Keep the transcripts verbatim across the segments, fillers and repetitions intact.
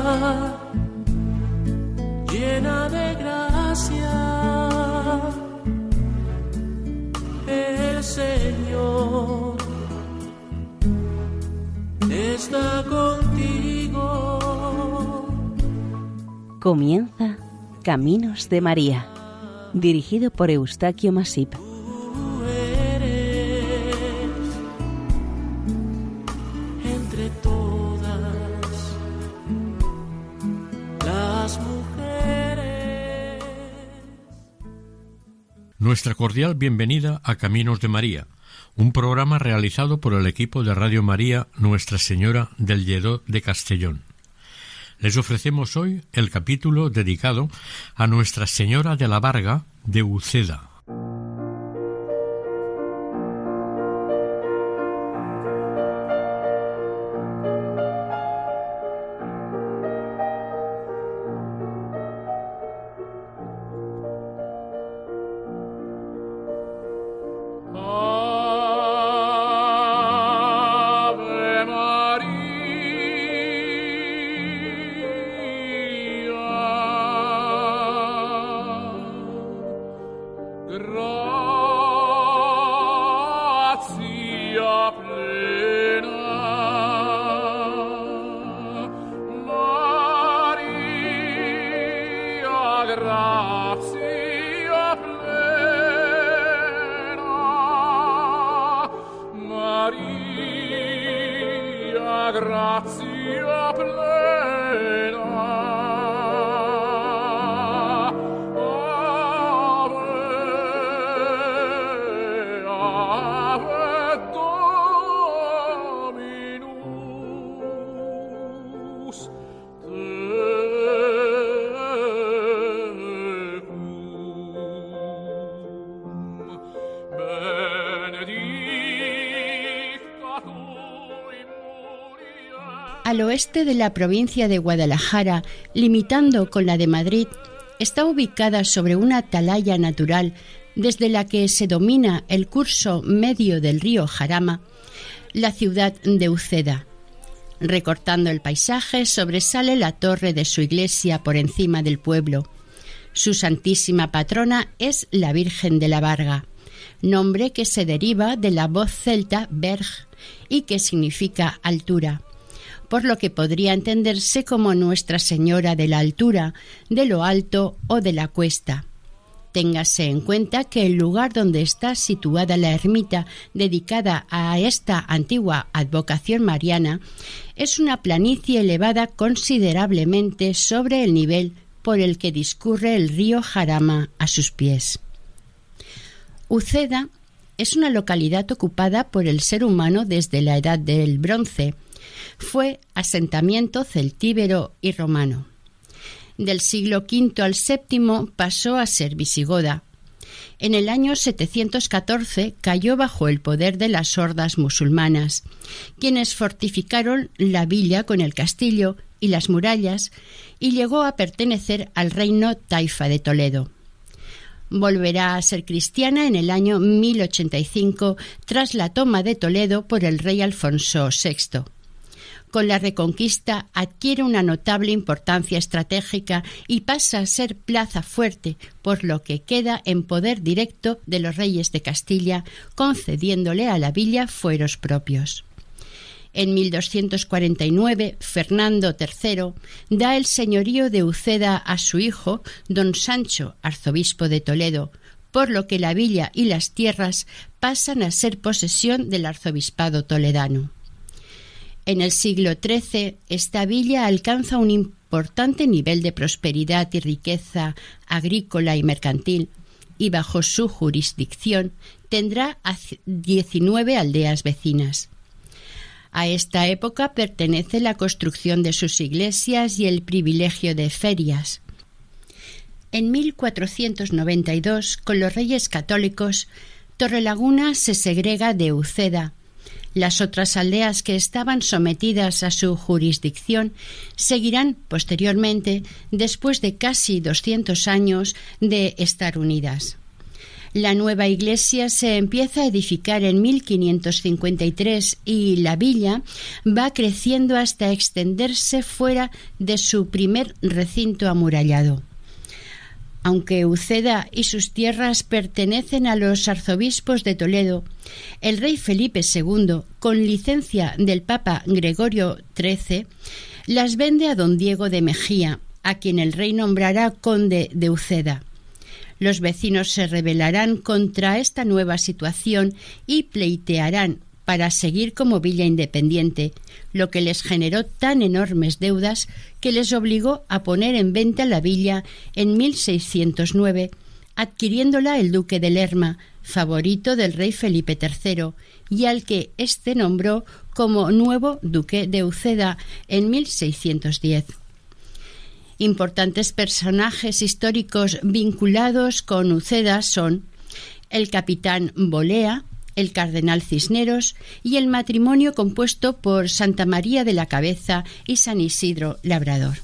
llena de gracia, el Señor está contigo. Comienza Caminos de María, dirigido por Eustaquio Masip. Nuestra cordial bienvenida a Caminos de María, un programa realizado por el equipo de Radio María Nuestra Señora del Lledó de Castellón. Les ofrecemos hoy el capítulo dedicado a Nuestra Señora de la Varga de Uceda. Al oeste de la provincia de Guadalajara, limitando con la de Madrid, está ubicada sobre una atalaya natural desde la que se domina el curso medio del río Jarama, la ciudad de Uceda. Recortando el paisaje, sobresale la torre de su iglesia por encima del pueblo. Su santísima patrona es la Virgen de la Varga, nombre que se deriva de la voz celta berg y que significa altura, por lo que podría entenderse como Nuestra Señora de la Altura, de lo alto o de la cuesta. Téngase en cuenta que el lugar donde está situada la ermita dedicada a esta antigua advocación mariana es una planicie elevada considerablemente sobre el nivel por el que discurre el río Jarama a sus pies. Uceda es una localidad ocupada por el ser humano desde la Edad del Bronce. Fue asentamiento celtíbero y romano. Del siglo quinto al séptimo pasó a ser visigoda. En el año setecientos catorce cayó bajo el poder de las hordas musulmanas, quienes fortificaron la villa con el castillo y las murallas y llegó a pertenecer al reino taifa de Toledo. Volverá a ser cristiana en el año mil ochenta y cinco tras la toma de Toledo por el rey Alfonso sexto. Con la Reconquista adquiere una notable importancia estratégica y pasa a ser plaza fuerte, por lo que queda en poder directo de los reyes de Castilla, concediéndole a la villa fueros propios. En mil doscientos cuarenta y nueve, Fernando tercero da el señorío de Uceda a su hijo, don Sancho, arzobispo de Toledo, por lo que la villa y las tierras pasan a ser posesión del arzobispado toledano. En el siglo trece, esta villa alcanza un importante nivel de prosperidad y riqueza agrícola y mercantil, y bajo su jurisdicción tendrá diecinueve aldeas vecinas. A esta época pertenece la construcción de sus iglesias y el privilegio de ferias. En mil cuatrocientos noventa y dos, con los Reyes Católicos, Torrelaguna se segrega de Uceda. Las otras aldeas que estaban sometidas a su jurisdicción seguirán posteriormente, después de casi doscientos años de estar unidas. La nueva iglesia se empieza a edificar en mil quinientos cincuenta y tres y la villa va creciendo hasta extenderse fuera de su primer recinto amurallado. Aunque Uceda y sus tierras pertenecen a los arzobispos de Toledo, el rey Felipe segundo, con licencia del Papa Gregorio trece, las vende a don Diego de Mejía, a quien el rey nombrará conde de Uceda. Los vecinos se rebelarán contra esta nueva situación y pleitearán para seguir como villa independiente, lo que les generó tan enormes deudas que les obligó a poner en venta la villa en mil seiscientos nueve, adquiriéndola el duque de Lerma, favorito del rey Felipe tercero, y al que éste nombró como nuevo duque de Uceda en mil seiscientos diez. Importantes personajes históricos vinculados con Uceda son el capitán Bolea, el cardenal Cisneros y el matrimonio compuesto por Santa María de la Cabeza y San Isidro Labrador.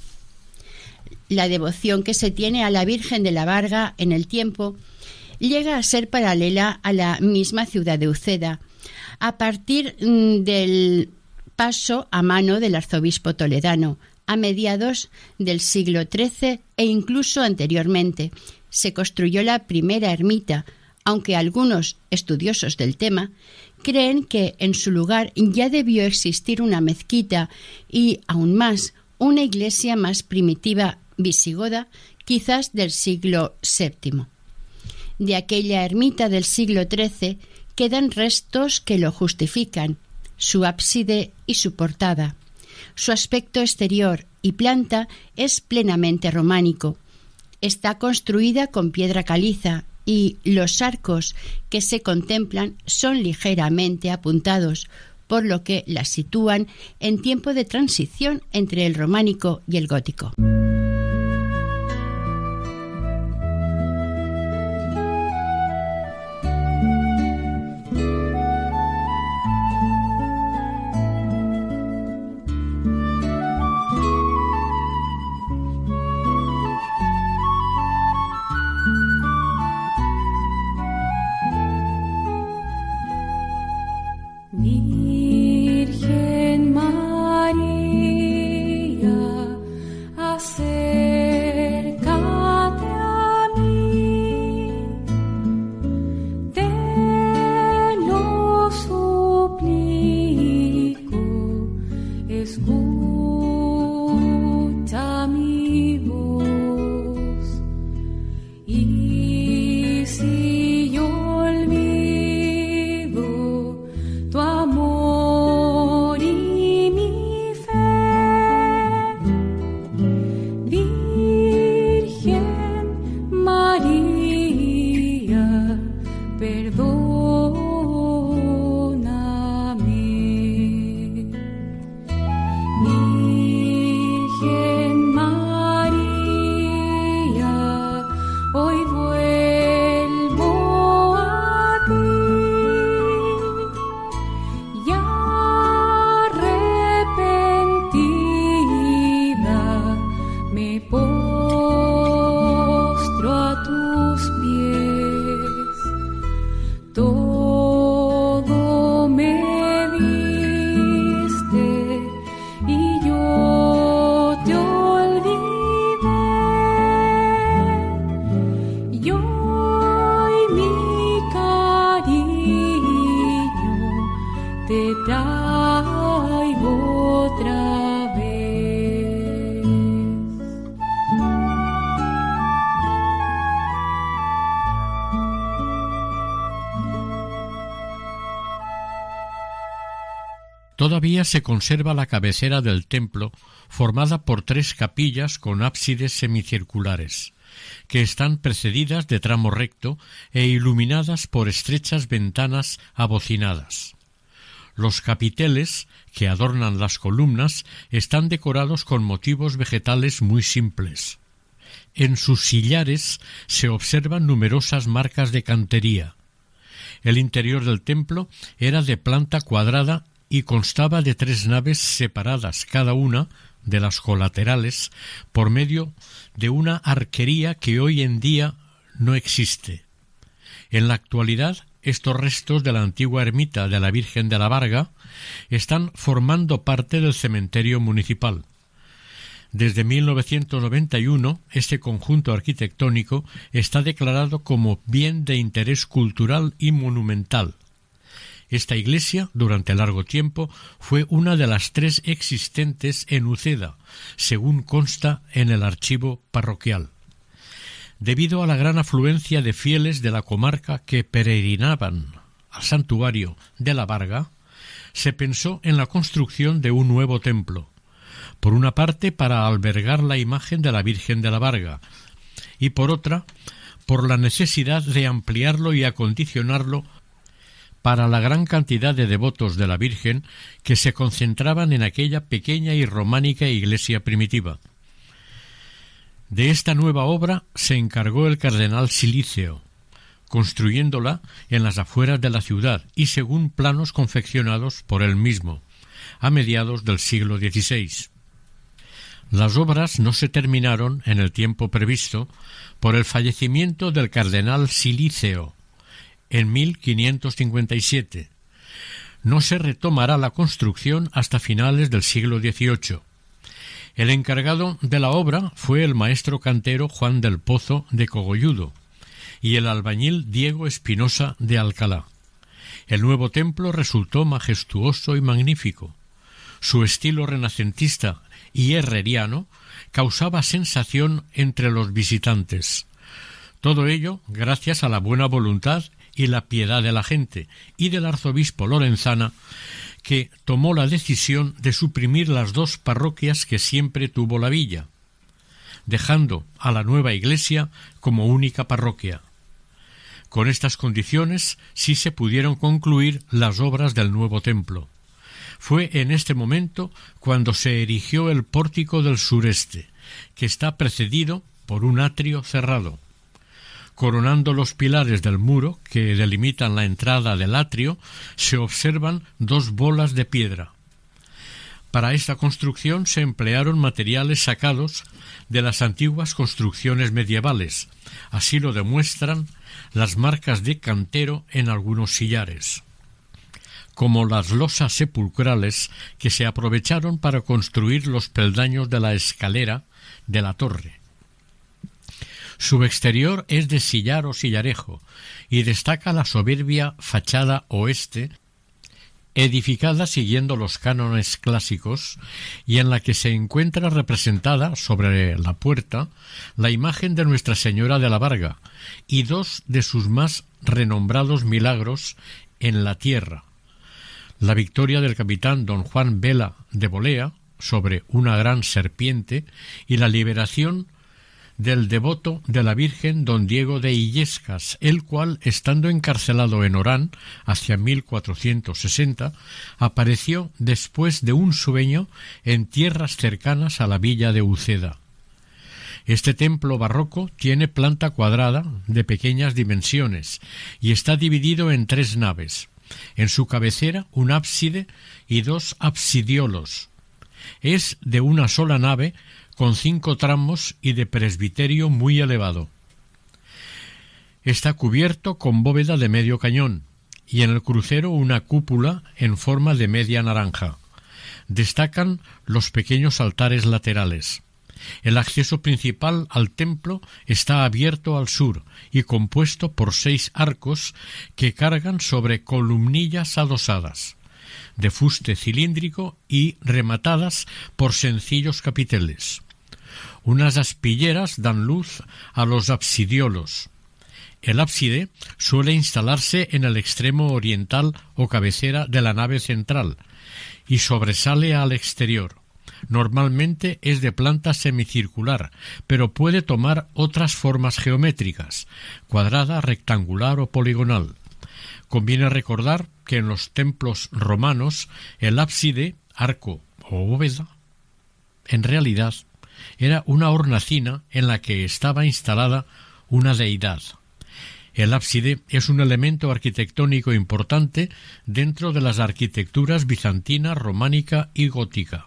La devoción que se tiene a la Virgen de la Varga en el tiempo llega a ser paralela a la misma ciudad de Uceda, a partir del paso a mano del arzobispo toledano, a mediados del siglo trece e incluso anteriormente. Se construyó la primera ermita, aunque algunos estudiosos del tema creen que en su lugar ya debió existir una mezquita y, aún más, una iglesia más primitiva visigoda, quizás del siglo séptimo. De aquella ermita del siglo trece quedan restos que lo justifican, su ábside y su portada. Su aspecto exterior y planta es plenamente románico. Está construida con piedra caliza y los arcos que se contemplan son ligeramente apuntados, por lo que la sitúan en tiempo de transición entre el románico y el gótico. Virgen María, acércate a mí, te lo suplico, escucha mi voz, y si yo olvido tu amor y mi fe, Virgen María, perdóname. Virgen María, hoy vuelvo a ti. Y arrepentida me postro a tus pies. Todo me diste y yo te olvidé. Y hoy mi cariño te traigo otra vez. Todavía se conserva la cabecera del templo, formada por tres capillas con ábsides semicirculares, que están precedidas de tramo recto e iluminadas por estrechas ventanas abocinadas. Los capiteles, que adornan las columnas, están decorados con motivos vegetales muy simples. En sus sillares se observan numerosas marcas de cantería. El interior del templo era de planta cuadrada y constaba de tres naves separadas cada una de las colaterales por medio de una arquería que hoy en día no existe. En la actualidad, estos restos de la antigua ermita de la Virgen de la Varga están formando parte del cementerio municipal. Desde mil novecientos noventa y uno, este conjunto arquitectónico está declarado como bien de interés cultural y monumental. Esta iglesia, durante largo tiempo, fue una de las tres existentes en Uceda, según consta en el archivo parroquial. Debido a la gran afluencia de fieles de la comarca que peregrinaban al santuario de la Varga, se pensó en la construcción de un nuevo templo, por una parte para albergar la imagen de la Virgen de la Varga, y por otra, por la necesidad de ampliarlo y acondicionarlo para la gran cantidad de devotos de la Virgen que se concentraban en aquella pequeña y románica iglesia primitiva. De esta nueva obra se encargó el cardenal Silíceo, construyéndola en las afueras de la ciudad y según planos confeccionados por él mismo, a mediados del siglo dieciséis. Las obras no se terminaron en el tiempo previsto por el fallecimiento del cardenal Silíceo en mil quinientos cincuenta y siete. No se retomará la construcción hasta finales del siglo dieciocho. El encargado de la obra fue el maestro cantero Juan del Pozo de Cogolludo y el albañil Diego Espinosa de Alcalá. El nuevo templo resultó majestuoso y magnífico. Su estilo renacentista y herreriano causaba sensación entre los visitantes. Todo ello gracias a la buena voluntad y la piedad de la gente y del arzobispo Lorenzana, que tomó la decisión de suprimir las dos parroquias que siempre tuvo la villa, dejando a la nueva iglesia como única parroquia. Con estas condiciones sí se pudieron concluir las obras del nuevo templo. Fue en este momento cuando se erigió el pórtico del sureste, que está precedido por un atrio cerrado. Coronando los pilares del muro que delimitan la entrada del atrio, se observan dos bolas de piedra. Para esta construcción se emplearon materiales sacados de las antiguas construcciones medievales. Así lo demuestran las marcas de cantero en algunos sillares, como las losas sepulcrales que se aprovecharon para construir los peldaños de la escalera de la torre. Su exterior es de sillar o sillarejo y destaca la soberbia fachada oeste, edificada siguiendo los cánones clásicos y en la que se encuentra representada sobre la puerta la imagen de Nuestra Señora de la Varga y dos de sus más renombrados milagros en la tierra: la victoria del capitán don Juan Vela de Bolea sobre una gran serpiente y la liberación del devoto de la Virgen don Diego de Illescas, el cual, estando encarcelado en Orán hacia mil cuatrocientos sesenta, apareció después de un sueño en tierras cercanas a la villa de Uceda. Este templo barroco tiene planta cuadrada de pequeñas dimensiones y está dividido en tres naves. En su cabecera un ábside y dos absidiolos. Es de una sola nave con cinco tramos y de presbiterio muy elevado. Está cubierto con bóveda de medio cañón y en el crucero una cúpula en forma de media naranja. Destacan los pequeños altares laterales. El acceso principal al templo está abierto al sur y compuesto por seis arcos que cargan sobre columnillas adosadas, de fuste cilíndrico y rematadas por sencillos capiteles. Unas aspilleras dan luz a los absidiolos. El ábside suele instalarse en el extremo oriental o cabecera de la nave central y sobresale al exterior. Normalmente es de planta semicircular, pero puede tomar otras formas geométricas, cuadrada, rectangular o poligonal. Conviene recordar que en los templos romanos el ábside, arco o bóveda, en realidad era una hornacina en la que estaba instalada una deidad. El ábside es un elemento arquitectónico importante dentro de las arquitecturas bizantina, románica y gótica.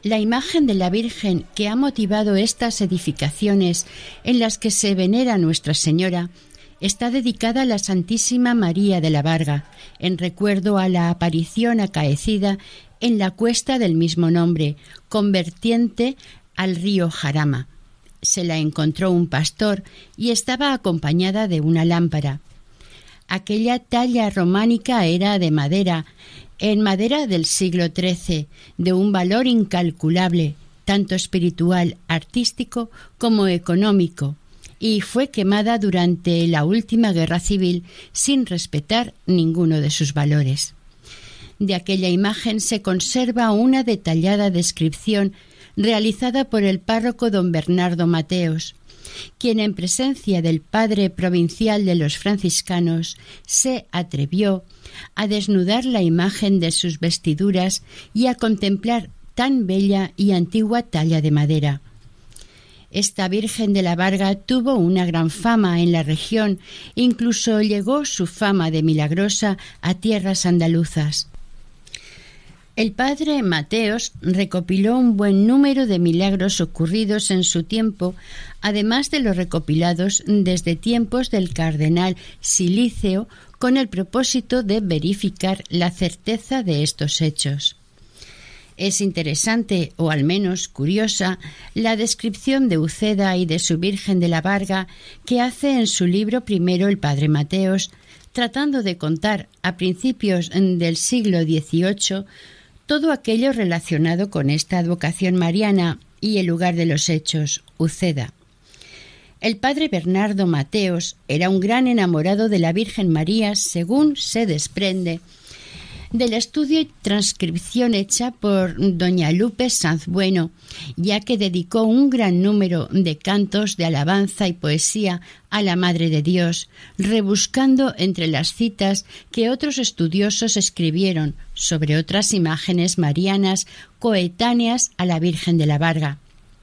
La imagen de la Virgen que ha motivado estas edificaciones en las que se venera a Nuestra Señora está dedicada a la Santísima María de la Varga, en recuerdo a la aparición acaecida en la cuesta del mismo nombre, con vertiente al río Jarama. Se la encontró un pastor y estaba acompañada de una lámpara. Aquella talla románica era de madera, en madera del siglo trece, de un valor incalculable, tanto espiritual, artístico como económico, y fue quemada durante la última guerra civil sin respetar ninguno de sus valores. De aquella imagen se conserva una detallada descripción realizada por el párroco don Bernardo Mateos, quien en presencia del padre provincial de los franciscanos se atrevió a desnudar la imagen de sus vestiduras y a contemplar tan bella y antigua talla de madera. Esta Virgen de la Varga tuvo una gran fama en la región, incluso llegó su fama de milagrosa a tierras andaluzas. El padre Mateos recopiló un buen número de milagros ocurridos en su tiempo, además de los recopilados desde tiempos del cardenal Silíceo, con el propósito de verificar la certeza de estos hechos. Es interesante, o al menos curiosa, la descripción de Uceda y de su Virgen de la Varga que hace en su libro primero el padre Mateos, tratando de contar a principios del siglo dieciocho todo aquello relacionado con esta advocación mariana y el lugar de los hechos, Uceda. El padre Bernardo Mateos era un gran enamorado de la Virgen María, según se desprende del estudio y transcripción hecha por doña Lupe Sanz Bueno, ya que dedicó un gran número de cantos de alabanza y poesía a la Madre de Dios, rebuscando entre las citas que otros estudiosos escribieron sobre otras imágenes marianas coetáneas a la Virgen de la Varga,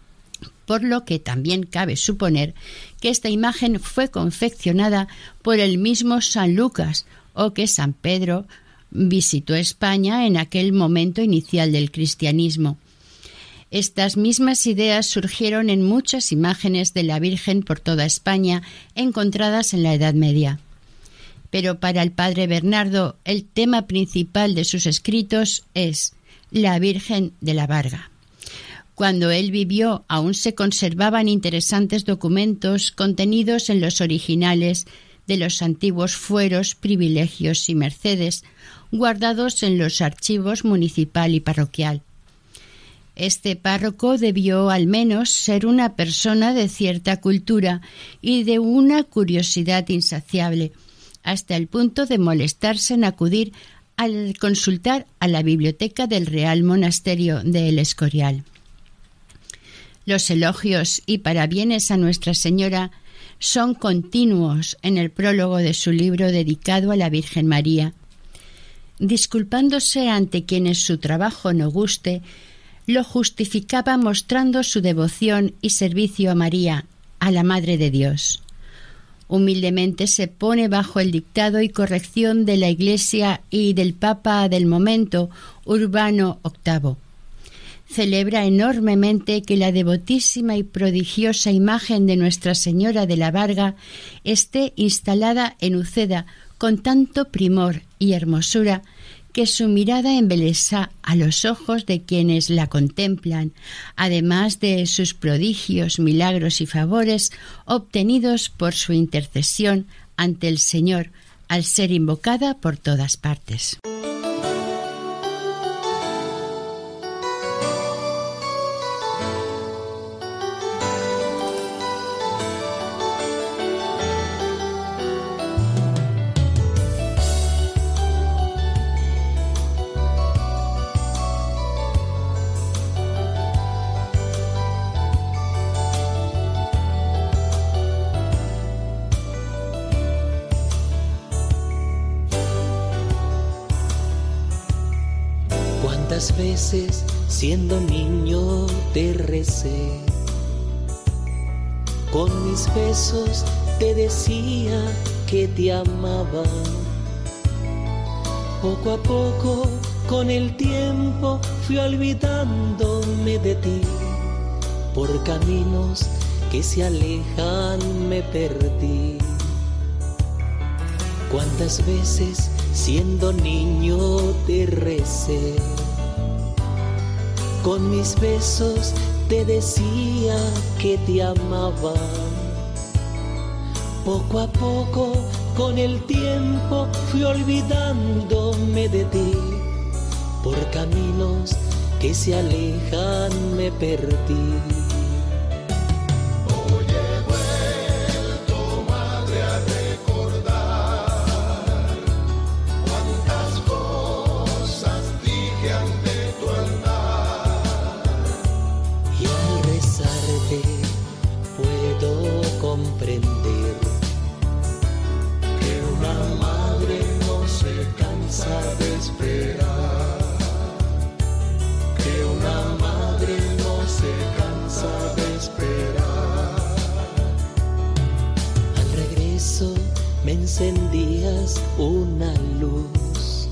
por lo que también cabe suponer que esta imagen fue confeccionada por el mismo San Lucas o que San Pedro visitó España en aquel momento inicial del cristianismo. Estas mismas ideas surgieron en muchas imágenes de la Virgen por toda España encontradas en la Edad Media. Pero para el padre Bernardo el tema principal de sus escritos es la Virgen de la Varga. Cuando él vivió aún se conservaban interesantes documentos contenidos en los originales de los antiguos fueros, privilegios y mercedes, guardados en los archivos municipal y parroquial. Este párroco debió al menos ser una persona de cierta cultura y de una curiosidad insaciable, hasta el punto de molestarse en acudir al consultar a la biblioteca del Real Monasterio de El Escorial. Los elogios y parabienes a Nuestra Señora son continuos en el prólogo de su libro dedicado a la Virgen María. Disculpándose ante quienes su trabajo no guste, lo justificaba mostrando su devoción y servicio a María, a la Madre de Dios. Humildemente se pone bajo el dictado y corrección de la Iglesia y del Papa del momento, Urbano octavo. Celebra enormemente que la devotísima y prodigiosa imagen de Nuestra Señora de la Varga esté instalada en Uceda con tanto primor y hermosura que su mirada embelesa a los ojos de quienes la contemplan, además de sus prodigios, milagros y favores obtenidos por su intercesión ante el Señor al ser invocada por todas partes. ¿Cuántas veces siendo niño te recé? Con mis besos te decía que te amaba. Poco a poco con el tiempo fui olvidándome de ti. Por caminos que se alejan me perdí. Cuántas veces siendo niño te recé, con mis besos te decía que te amaba. Poco a poco con el tiempo fui olvidándome de ti. Por caminos que se alejan me perdí. Encendías una luz,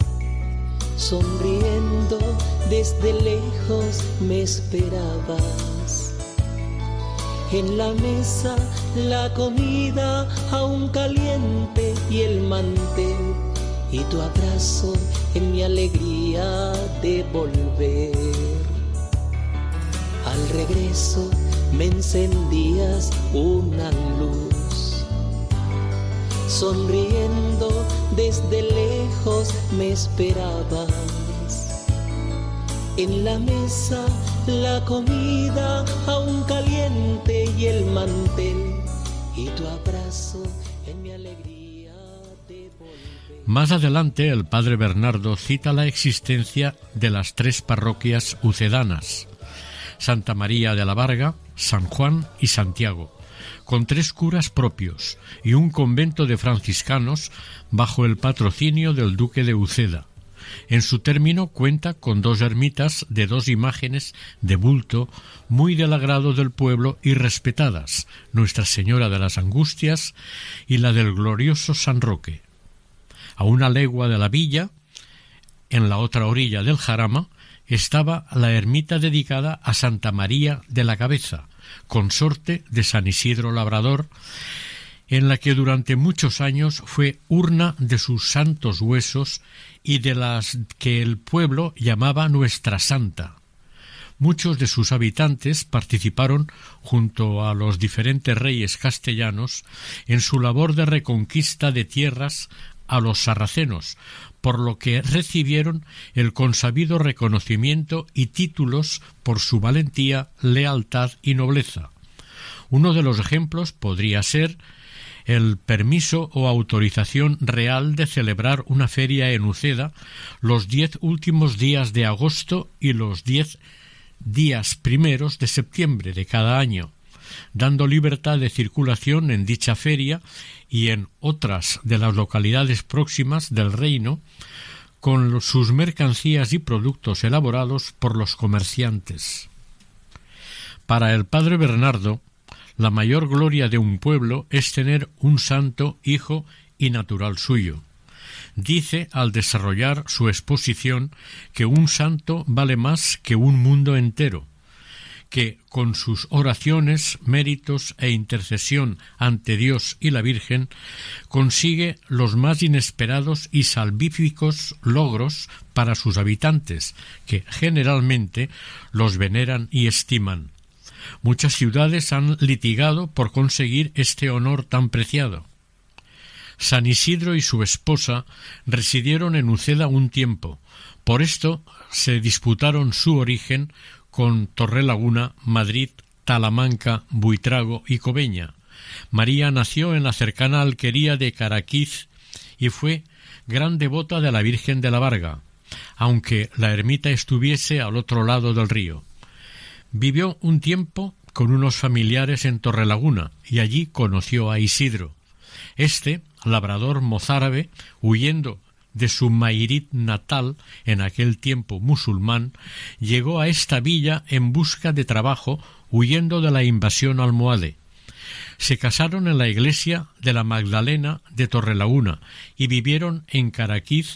sonriendo desde lejos me esperabas. En la mesa la comida aún caliente y el mantel, y tu abrazo en mi alegría de volver. Al regreso me encendías una luz, sonriendo desde lejos me esperabas. En la mesa la comida aún caliente y el mantel, y tu abrazo en mi alegría de volver. Más adelante el padre Bernardo cita la existencia de las tres parroquias ucedanas: Santa María de la Varga, San Juan y Santiago, con tres curas propios y un convento de franciscanos bajo el patrocinio del duque de Uceda. En su término cuenta con dos ermitas de dos imágenes de bulto muy del agrado del pueblo y respetadas, Nuestra Señora de las Angustias y la del glorioso San Roque. A una legua de la villa, en la otra orilla del Jarama, estaba la ermita dedicada a Santa María de la Cabeza, consorte de San Isidro Labrador, en la que durante muchos años fue urna de sus santos huesos y de las que el pueblo llamaba Nuestra Santa. Muchos de sus habitantes participaron, junto a los diferentes reyes castellanos, en su labor de reconquista de tierras a los sarracenos, por lo que recibieron el consabido reconocimiento y títulos por su valentía, lealtad y nobleza. Uno de los ejemplos podría ser el permiso o autorización real de celebrar una feria en Uceda los diez últimos días de agosto y los diez días primeros de septiembre de cada año, dando libertad de circulación en dicha feria y en otras de las localidades próximas del reino, con sus mercancías y productos elaborados por los comerciantes. Para el padre Bernardo, la mayor gloria de un pueblo es tener un santo hijo y natural suyo. Dice al desarrollar su exposición que un santo vale más que un mundo entero, que con sus oraciones, méritos e intercesión ante Dios y la Virgen consigue los más inesperados y salvíficos logros para sus habitantes, que generalmente los veneran y estiman. Muchas ciudades han litigado por conseguir este honor tan preciado. San Isidro y su esposa residieron en Uceda un tiempo. Por esto se disputaron su origen con Torrelaguna, Madrid, Talamanca, Buitrago y Cobeña. María nació en la cercana alquería de Caraquiz y fue gran devota de la Virgen de la Varga, aunque la ermita estuviese al otro lado del río. Vivió un tiempo con unos familiares en Torrelaguna y allí conoció a Isidro. Este, labrador mozárabe, huyendo de su Mairit natal, en aquel tiempo musulmán, llegó a esta villa en busca de trabajo, huyendo de la invasión almohade. Se casaron en la iglesia de la Magdalena de Torrelaguna y vivieron en Caraquiz,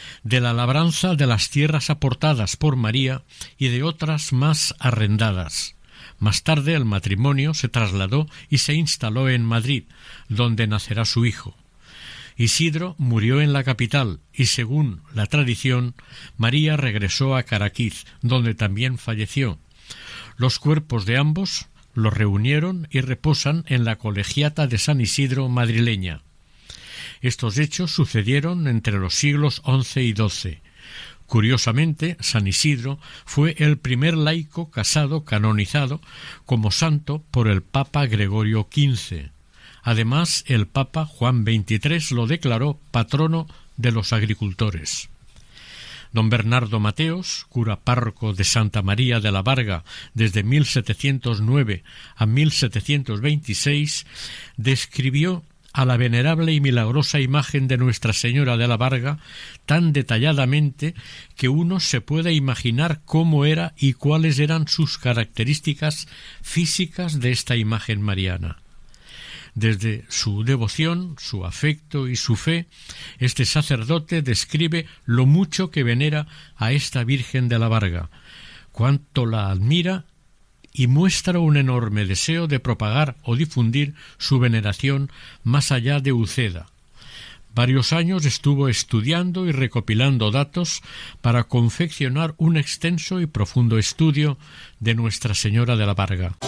de la labranza de las tierras aportadas por María y de otras más arrendadas. Más tarde el matrimonio se trasladó y se instaló en Madrid, donde nacerá su hijo. Isidro murió en la capital y, según la tradición, María regresó a Caraquiz, donde también falleció. Los cuerpos de ambos los reunieron y reposan en la colegiata de San Isidro madrileña. Estos hechos sucedieron entre los siglos once y doce. Curiosamente, San Isidro fue el primer laico casado canonizado como santo por el Papa Gregorio quince. Además, el Papa Juan veintitrés lo declaró patrono de los agricultores. Don Bernardo Mateos, cura párroco de Santa María de la Varga desde mil setecientos nueve a mil setecientos veintiséis, describió a la venerable y milagrosa imagen de Nuestra Señora de la Varga tan detalladamente que uno se puede imaginar cómo era y cuáles eran sus características físicas de esta imagen mariana. Desde su devoción, su afecto y su fe, este sacerdote describe lo mucho que venera a esta Virgen de la Varga, cuánto la admira y muestra un enorme deseo de propagar o difundir su veneración más allá de Uceda. Varios años estuvo estudiando y recopilando datos para confeccionar un extenso y profundo estudio de Nuestra Señora de la Varga.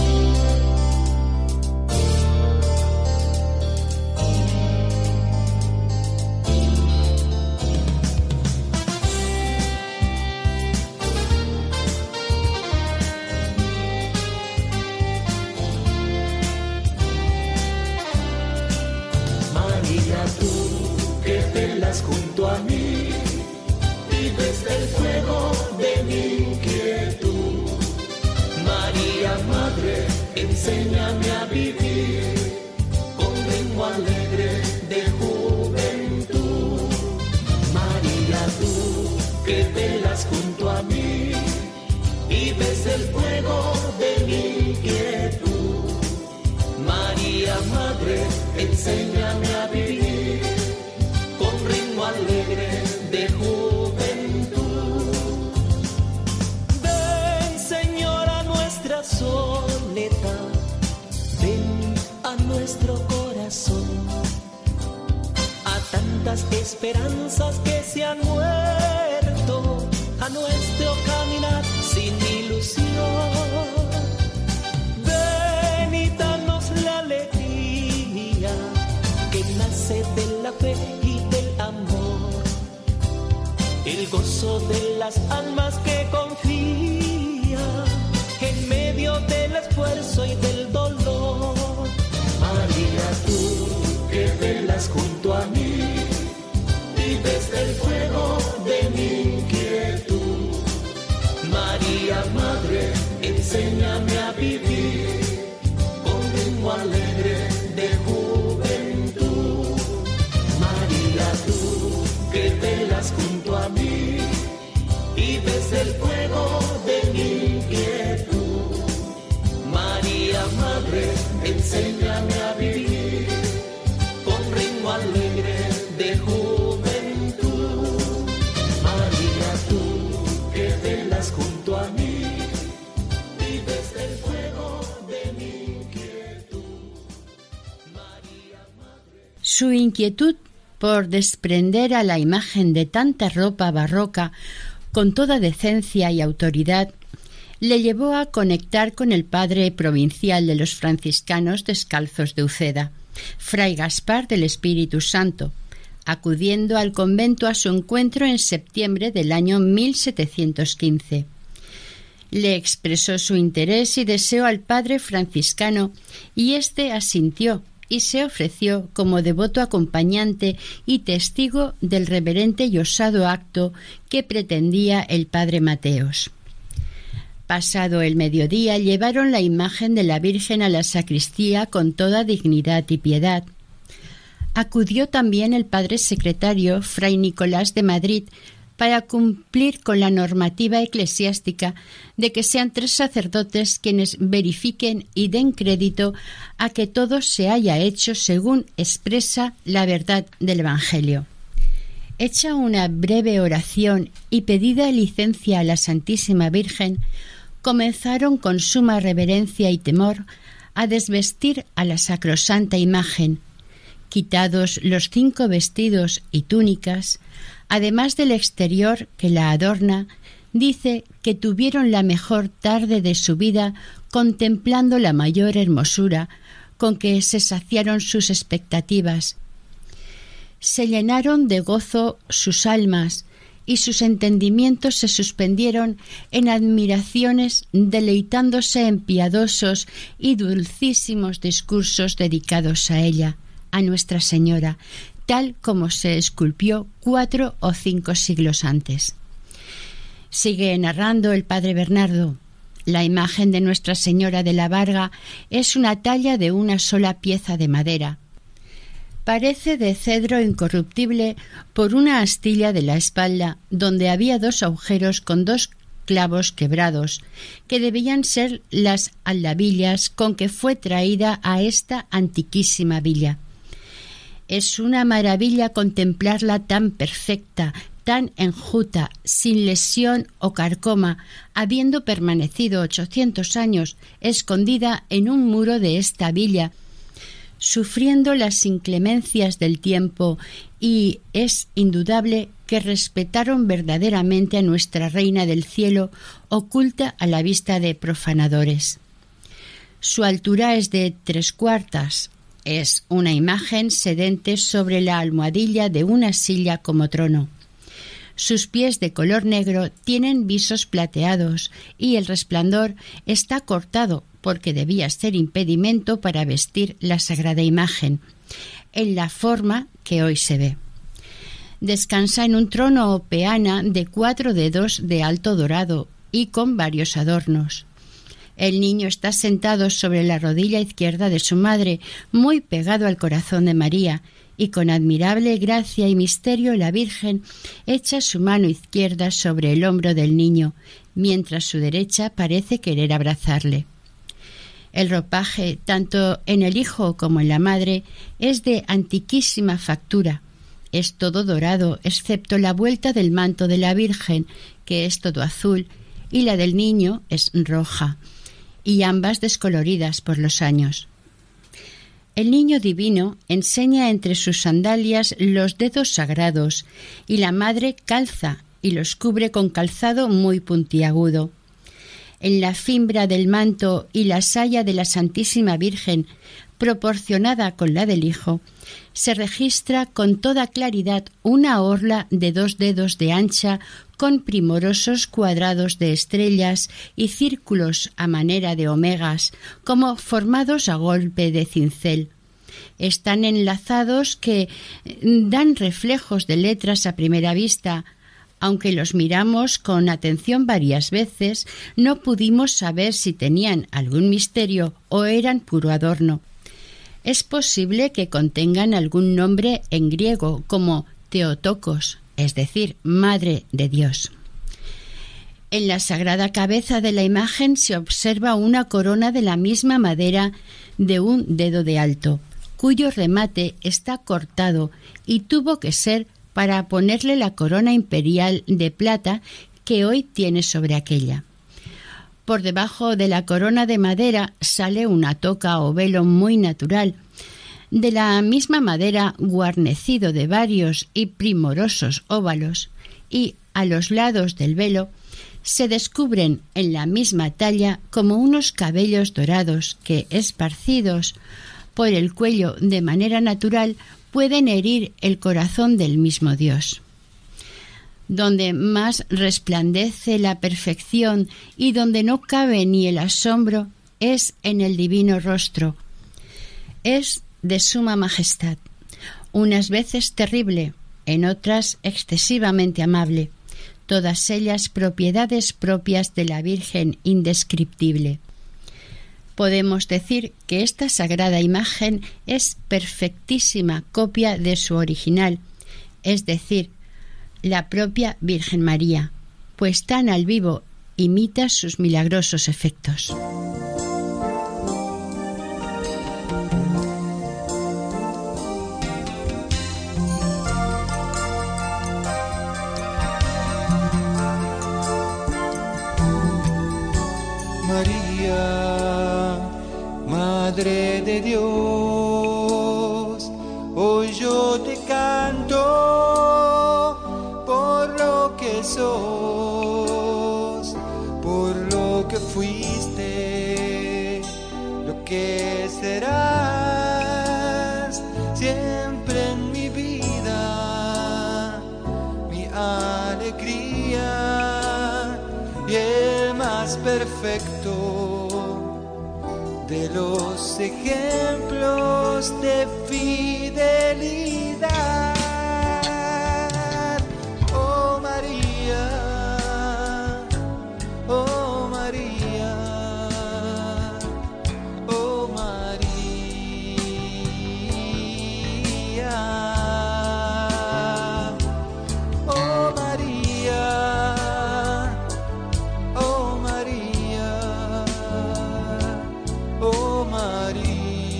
Junto a mí, vives el fuego de mi inquietud. María, Madre, enséñame a vivir con ritmo alegre de juventud. María, tú que velas junto a mí, vives el fuego de mi inquietud. María, Madre, enséñame a vivir alegre de juventud. Ven, Señora, a nuestra soledad, ven a nuestro corazón, a tantas esperanzas que se han muerto, a nuestro caminar sin ilusión. Ven y danos la alegría que nace de la fe y del amor, el gozo de las almas que confía en medio del esfuerzo y del dolor. María, tú que velas junto a mí, vives el fuego de mi inquietud. María, Madre, enséñame a vivir con ritmo alegre de juventud. María, tú que velas junto a mí, vives el fuego de mi inquietud. María, Madre, enséñame a vivir con ritmo alegre de juventud. María, tú que velas junto a mí, vives el fuego de mi inquietud. María, Madre. Su inquietud por desprender a la imagen de tanta ropa barroca con toda decencia y autoridad, le llevó a conectar con el padre provincial de los franciscanos descalzos de Uceda, Fray Gaspar del Espíritu Santo, acudiendo al convento a su encuentro en septiembre del año mil setecientos quince. Le expresó su interés y deseo al padre franciscano y éste asintió y se ofreció como devoto acompañante y testigo del reverente y osado acto que pretendía el padre Mateos. Pasado el mediodía, llevaron la imagen de la Virgen a la sacristía con toda dignidad y piedad. Acudió también el padre secretario, Fray Nicolás de Madrid, para cumplir con la normativa eclesiástica de que sean tres sacerdotes quienes verifiquen y den crédito a que todo se haya hecho según expresa la verdad del Evangelio. Hecha una breve oración y pedida licencia a la Santísima Virgen, comenzaron con suma reverencia y temor a desvestir a la sacrosanta imagen. Quitados los cinco vestidos y túnicas, además del exterior que la adorna, dice que tuvieron la mejor tarde de su vida contemplando la mayor hermosura con que se saciaron sus expectativas. Se llenaron de gozo sus almas y sus entendimientos se suspendieron en admiraciones, deleitándose en piadosos y dulcísimos discursos dedicados a ella, a Nuestra Señora, tal como se esculpió cuatro o cinco siglos antes. Sigue narrando el padre Bernardo. La imagen de Nuestra Señora de la Varga es una talla de una sola pieza de madera. Parece de cedro incorruptible por una astilla de la espalda, donde había dos agujeros con dos clavos quebrados, que debían ser las aldabillas con que fue traída a esta antiquísima villa. Es una maravilla contemplarla tan perfecta, tan enjuta, sin lesión o carcoma, habiendo permanecido ochocientos años escondida en un muro de esta villa, sufriendo las inclemencias del tiempo, y es indudable que respetaron verdaderamente a Nuestra Reina del Cielo, oculta a la vista de profanadores. Su altura es de tres cuartas. Es una imagen sedente sobre la almohadilla de una silla como trono. Sus pies de color negro tienen visos plateados y el resplandor está cortado porque debía ser impedimento para vestir la sagrada imagen, en la forma que hoy se ve. Descansa en un trono o peana de cuatro dedos de alto dorado y con varios adornos. El niño está sentado sobre la rodilla izquierda de su madre, muy pegado al corazón de María, y con admirable gracia y misterio la Virgen echa su mano izquierda sobre el hombro del niño, mientras su derecha parece querer abrazarle. El ropaje, tanto en el hijo como en la madre, es de antiquísima factura. Es todo dorado, excepto la vuelta del manto de la Virgen, que es todo azul, y la del niño es roja, y ambas descoloridas por los años. El niño divino enseña entre sus sandalias los dedos sagrados, y la madre calza y los cubre con calzado muy puntiagudo. En la fimbra del manto y la saya de la Santísima Virgen, proporcionada con la del Hijo, se registra con toda claridad una orla de dos dedos de ancha con primorosos cuadrados de estrellas y círculos a manera de omegas, como formados a golpe de cincel. Están enlazados que dan reflejos de letras a primera vista. Aunque los miramos con atención varias veces, no pudimos saber si tenían algún misterio o eran puro adorno. Es posible que contengan algún nombre en griego, como Theotokos, es decir, Madre de Dios. En la sagrada cabeza de la imagen se observa una corona de la misma madera de un dedo de alto, cuyo remate está cortado y tuvo que ser para ponerle la corona imperial de plata que hoy tiene sobre aquella. Por debajo de la corona de madera sale una toca o velo muy natural, de la misma madera guarnecido de varios y primorosos óvalos, y a los lados del velo se descubren en la misma talla como unos cabellos dorados que, esparcidos por el cuello de manera natural, pueden herir el corazón del mismo Dios. Donde más resplandece la perfección y donde no cabe ni el asombro es en el divino rostro. Es de suma majestad, unas veces terrible, en otras excesivamente amable, todas ellas propiedades propias de la Virgen indescriptible. Podemos decir que esta sagrada imagen es perfectísima copia de su original, es decir, la propia Virgen María, pues tan al vivo imita sus milagrosos efectos. siempre en mi vida, mi alegría y el más perfecto de los ejemplos de fidelidad. Oh María, oh María, oh María, oh María, oh María, oh María.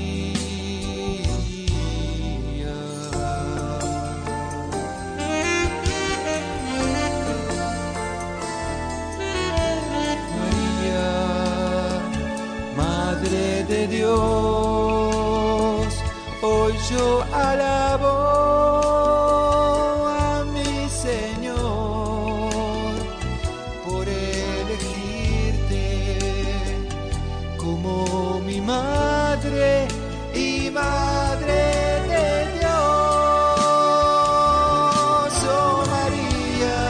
Madre de Dios, hoy yo alabo a mi Señor por elegirte como mi madre y madre de Dios. Oh María,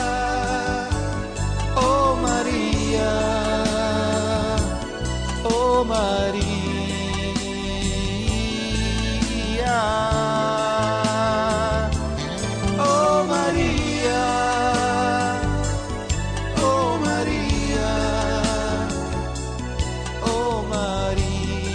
oh María, oh María, oh María, oh María, oh María.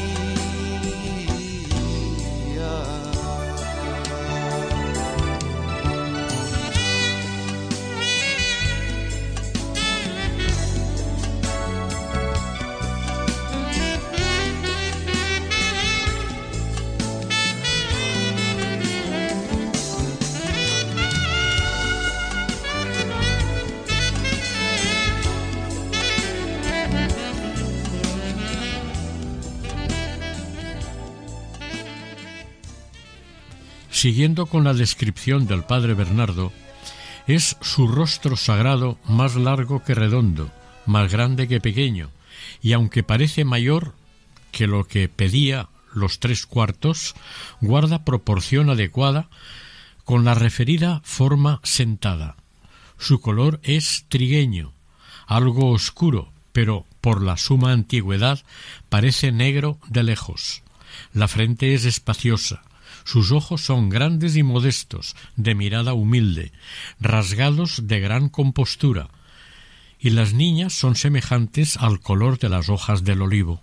Siguiendo con la descripción del padre Bernardo, es su rostro sagrado más largo que redondo, más grande que pequeño, y aunque parece mayor que lo que pedía los tres cuartos, guarda proporción adecuada con la referida forma sentada. Su color es trigueño, algo oscuro, pero por la suma antigüedad parece negro de lejos. La frente es espaciosa. Sus ojos son grandes y modestos, de mirada humilde, rasgados de gran compostura, y las niñas son semejantes al color de las hojas del olivo.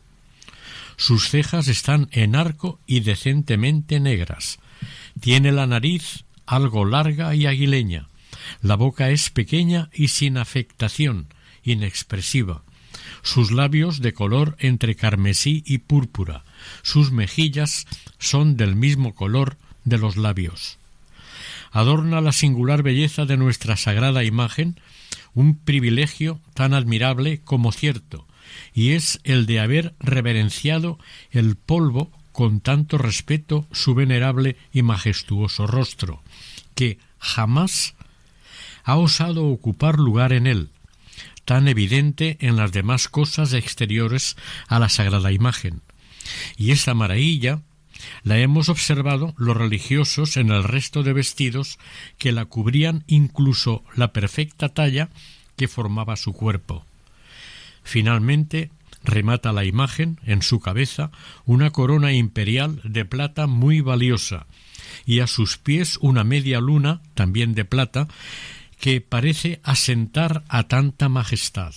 Sus cejas están en arco y decentemente negras. Tiene la nariz algo larga y aguileña. La boca es pequeña y sin afectación, inexpresiva. Sus labios de color entre carmesí y púrpura. Sus mejillas son del mismo color de los labios. Adorna la singular belleza de nuestra sagrada imagen un privilegio tan admirable como cierto, y es el de haber reverenciado el polvo con tanto respeto su venerable y majestuoso rostro, que jamás ha osado ocupar lugar en él, tan evidente en las demás cosas exteriores a la sagrada imagen. Y esta maravilla la hemos observado los religiosos en el resto de vestidos que la cubrían, incluso la perfecta talla que formaba su cuerpo. Finalmente remata la imagen en su cabeza una corona imperial de plata muy valiosa, y a sus pies una media luna, también de plata, que parece asentar a tanta majestad.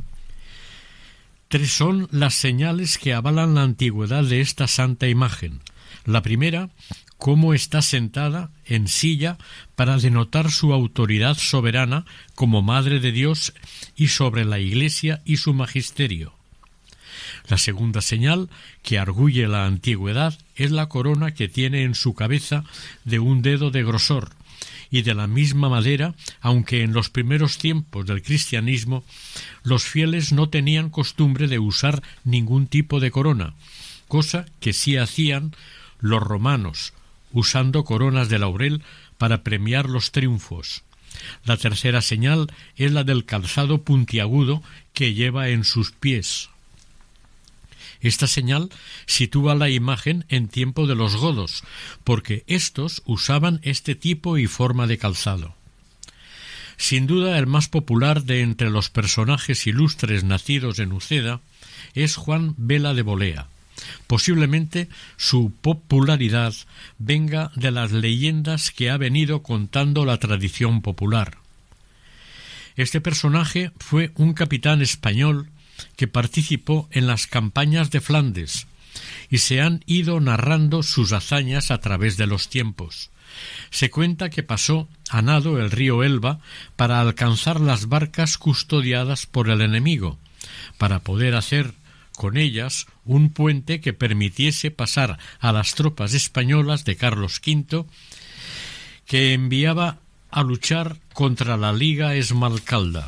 Tres son las señales que avalan la antigüedad de esta santa imagen. La primera, cómo está sentada en silla para denotar su autoridad soberana como Madre de Dios y sobre la Iglesia y su magisterio. La segunda señal que arguye la antigüedad es la corona que tiene en su cabeza de un dedo de grosor, y de la misma madera, aunque en los primeros tiempos del cristianismo los fieles no tenían costumbre de usar ningún tipo de corona, cosa que sí hacían los romanos, usando coronas de laurel para premiar los triunfos. La tercera señal es la del calzado puntiagudo que lleva en sus pies. Esta señal sitúa la imagen en tiempo de los godos, porque éstos usaban este tipo y forma de calzado. Sin duda el más popular de entre los personajes ilustres nacidos en Uceda es Juan Vela de Bolea. Posiblemente su popularidad venga de las leyendas que ha venido contando la tradición popular. Este personaje fue un capitán español que participó en las campañas de Flandes y se han ido narrando sus hazañas a través de los tiempos. Se cuenta que pasó a nado el río Elba para alcanzar las barcas custodiadas por el enemigo, para poder hacer con ellas un puente que permitiese pasar a las tropas españolas de Carlos quinto, que enviaba a luchar contra la Liga Esmalcalda.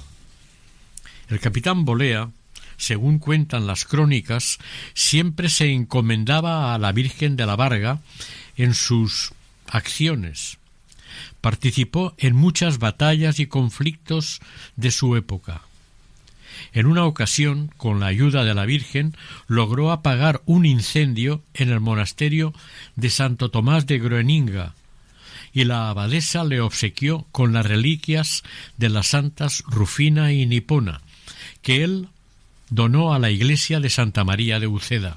El capitán Bolea, según cuentan las crónicas, siempre se encomendaba a la Virgen de la Varga en sus acciones. Participó en muchas batallas y conflictos de su época. En una ocasión, con la ayuda de la Virgen, logró apagar un incendio en el monasterio de Santo Tomás de Groeninga, y la abadesa le obsequió con las reliquias de las santas Rufina y Nipona, que él donó a la iglesia de Santa María de Uceda.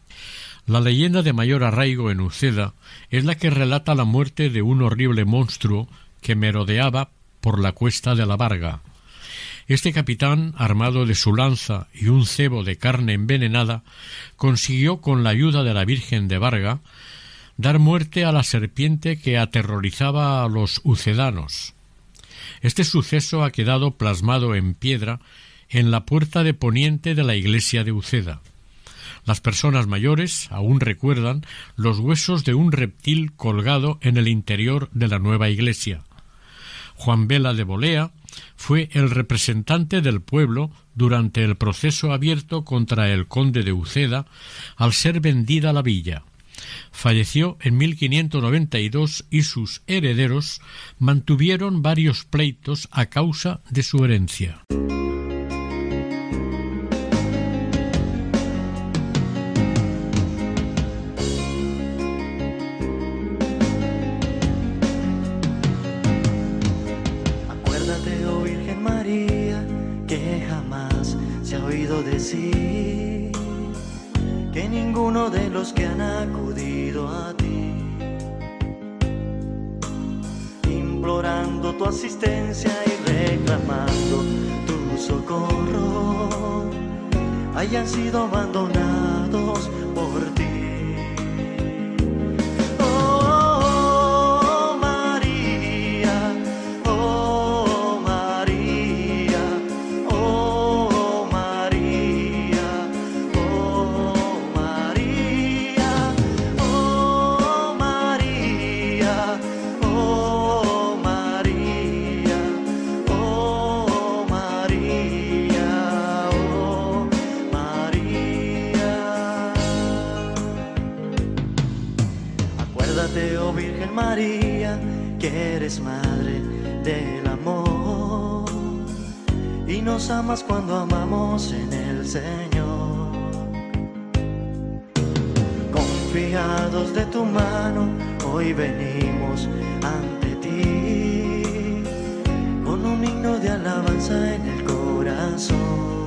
La leyenda de mayor arraigo en Uceda es la que relata la muerte de un horrible monstruo que merodeaba por la cuesta de la Varga. Este capitán, armado de su lanza y un cebo de carne envenenada, consiguió, con la ayuda de la Virgen de Varga, dar muerte a la serpiente que aterrorizaba a los ucedanos. Este suceso ha quedado plasmado en piedra en la puerta de poniente de la iglesia de Uceda. Las personas mayores aún recuerdan los huesos de un reptil colgado en el interior de la nueva iglesia. Juan Vela de Bolea fue el representante del pueblo durante el proceso abierto contra el conde de Uceda al ser vendida la villa. Falleció en mil quinientos noventa y dos y sus herederos mantuvieron varios pleitos a causa de su herencia. Acuérdate, oh Virgen María, que jamás se ha oído decir que ninguno de los que han acudido a ti, implorando tu asistencia y reclamando tu socorro, hayan sido abandonados por ti. Oh, María, oh, María, oh, María, oh, María, oh, María, oh, María, oh, María, oh, María. Acuérdate, oh Virgen María, que eres madre del amor y nos amas cuando amamos en el Señor. Confiados de tu mano, hoy venimos ante ti con un himno de alabanza en el corazón.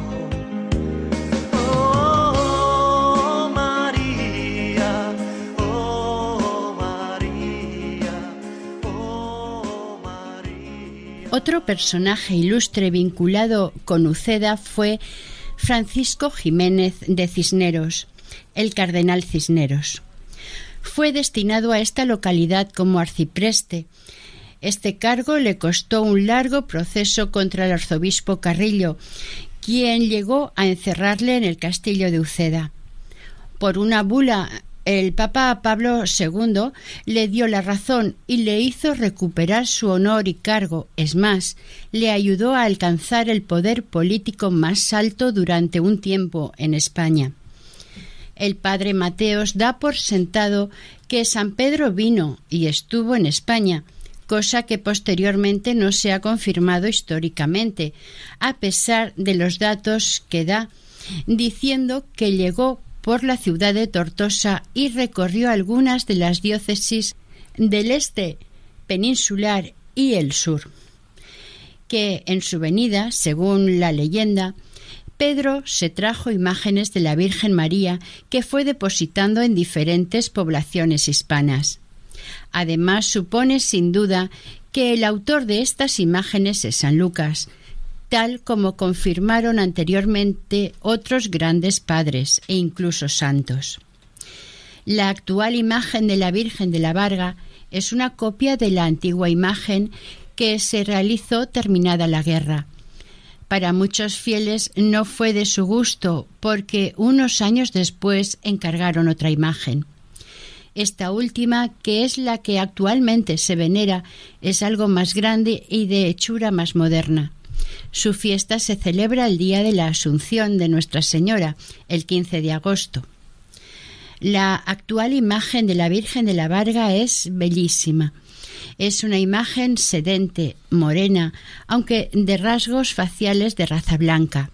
Oh, María, oh, María, oh, María. Otro personaje ilustre vinculado con Uceda fue Francisco Jiménez de Cisneros, el cardenal Cisneros. Fue destinado a esta localidad como arcipreste. Este cargo le costó un largo proceso contra el arzobispo Carrillo, quien llegó a encerrarle en el castillo de Uceda. Por una bula, el Papa Pablo segundo le dio la razón y le hizo recuperar su honor y cargo. Es más, le ayudó a alcanzar el poder político más alto durante un tiempo en España. El padre Mateos da por sentado que San Pedro vino y estuvo en España, cosa que posteriormente no se ha confirmado históricamente, a pesar de los datos que da, diciendo que llegó por la ciudad de Tortosa y recorrió algunas de las diócesis del este peninsular y el sur, que en su venida, según la leyenda, Pedro se trajo imágenes de la Virgen María que fue depositando en diferentes poblaciones hispanas. Además, supone sin duda que el autor de estas imágenes es San Lucas, tal como confirmaron anteriormente otros grandes padres e incluso santos. La actual imagen de la Virgen de la Varga es una copia de la antigua imagen que se realizó terminada la guerra. Para muchos fieles no fue de su gusto, porque unos años después encargaron otra imagen. Esta última, que es la que actualmente se venera, es algo más grande y de hechura más moderna. Su fiesta se celebra el día de la Asunción de Nuestra Señora, el quince de agosto. La actual imagen de la Virgen de la Varga es bellísima. Es una imagen sedente, morena, aunque de rasgos faciales de raza blanca.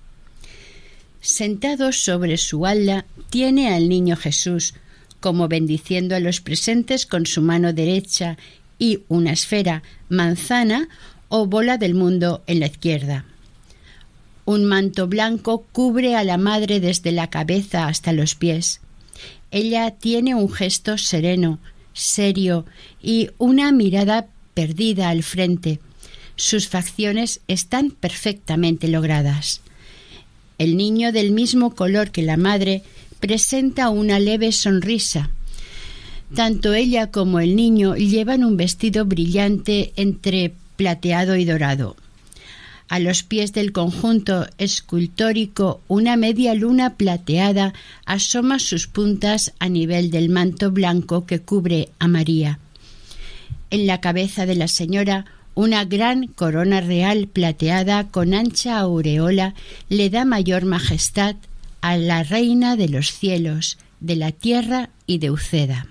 Sentado sobre su halda, tiene al niño Jesús, como bendiciendo a los presentes con su mano derecha, y una esfera, manzana o bola del mundo en la izquierda. Un manto blanco cubre a la madre desde la cabeza hasta los pies. Ella tiene un gesto sereno, serio y una mirada perdida al frente. Sus facciones están perfectamente logradas. El niño, del mismo color que la madre, presenta una leve sonrisa. Tanto ella como el niño llevan un vestido brillante entre plateado y dorado. A los pies del conjunto escultórico, una media luna plateada asoma sus puntas a nivel del manto blanco que cubre a María. En la cabeza de la señora, una gran corona real plateada con ancha aureola le da mayor majestad a la reina de los cielos, de la tierra y de Uceda.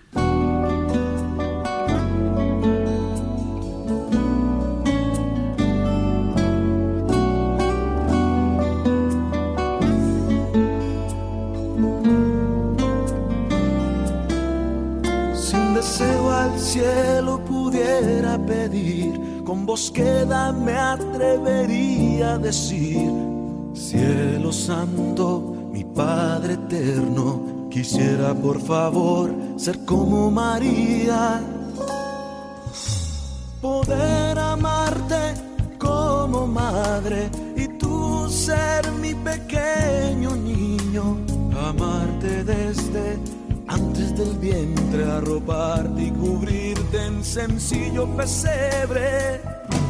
Cielo pudiera pedir, con voz queda me atrevería a decir: cielo santo, mi Padre eterno, quisiera por favor ser como María, poder amarte como madre y tú ser mi pequeño niño, amarte desde antes del vientre, arroparte y cubrirte en sencillo pesebre.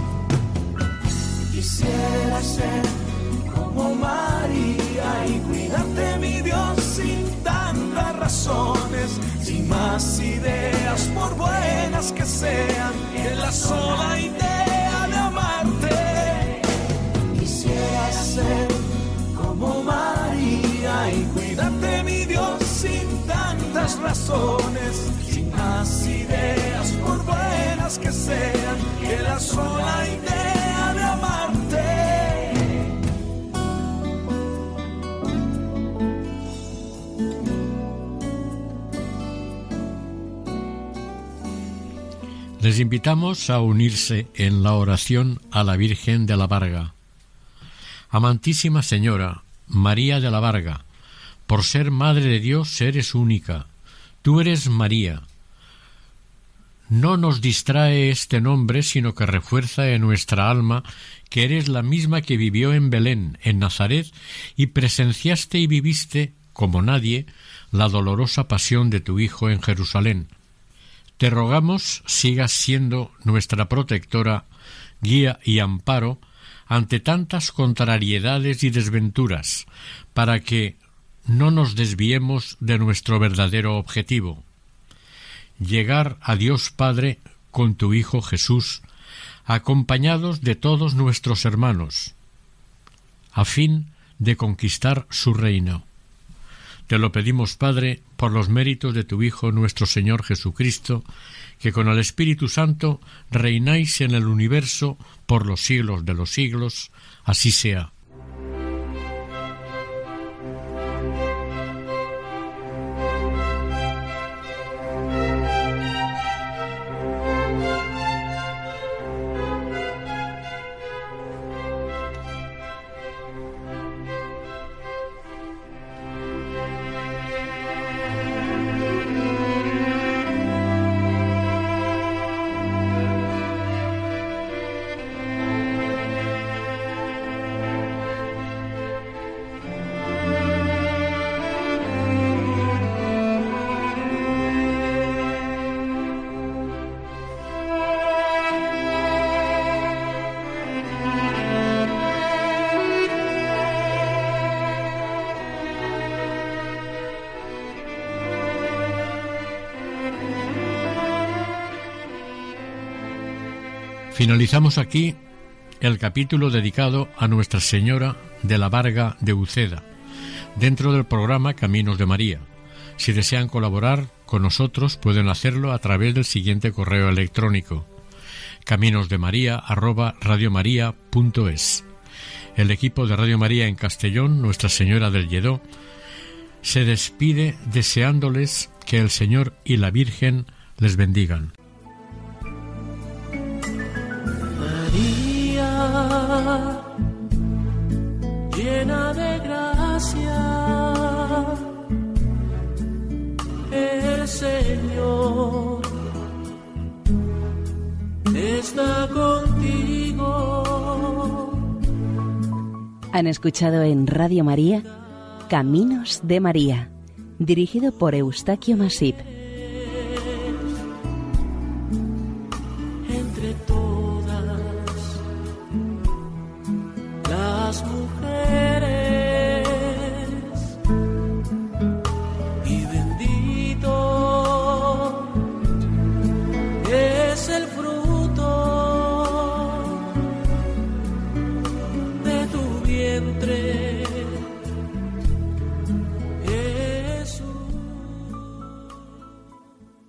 Quisiera ser como María y cuidarte, mi Dios, sin tantas razones, sin más ideas, por buenas que sean, que la sola idea de amarte. Quisiera ser como María y cuidarte, mi Dios, sin tantas razones, sin más ideas, por buenas que sean, que la sola idea de amarte. Les invitamos a unirse en la oración a la Virgen de la Varga. Amantísima Señora, María de la Varga, por ser Madre de Dios eres única. Tú eres María. No nos distrae este nombre, sino que refuerza en nuestra alma que eres la misma que vivió en Belén, en Nazaret, y presenciaste y viviste, como nadie, la dolorosa pasión de tu Hijo en Jerusalén. Te rogamos sigas siendo nuestra protectora, guía y amparo ante tantas contrariedades y desventuras, para que no nos desviemos de nuestro verdadero objetivo: llegar a Dios Padre con tu Hijo Jesús, acompañados de todos nuestros hermanos, a fin de conquistar su reino. Te lo pedimos, Padre, por los méritos de tu Hijo nuestro Señor Jesucristo, que con el Espíritu Santo reináis en el universo por los siglos de los siglos. Así sea. Finalizamos aquí el capítulo dedicado a Nuestra Señora de la Varga de Uceda, dentro del programa Caminos de María. Si desean colaborar con nosotros, pueden hacerlo a través del siguiente correo electrónico: caminosdemaria arroba radiomaria punto es. El equipo de Radio María en Castellón, Nuestra Señora del Lledó, se despide deseándoles que el Señor y la Virgen les bendigan. María, llena de gracia, el Señor está contigo. Han escuchado en Radio María Caminos de María, dirigido por Eustaquio Masip.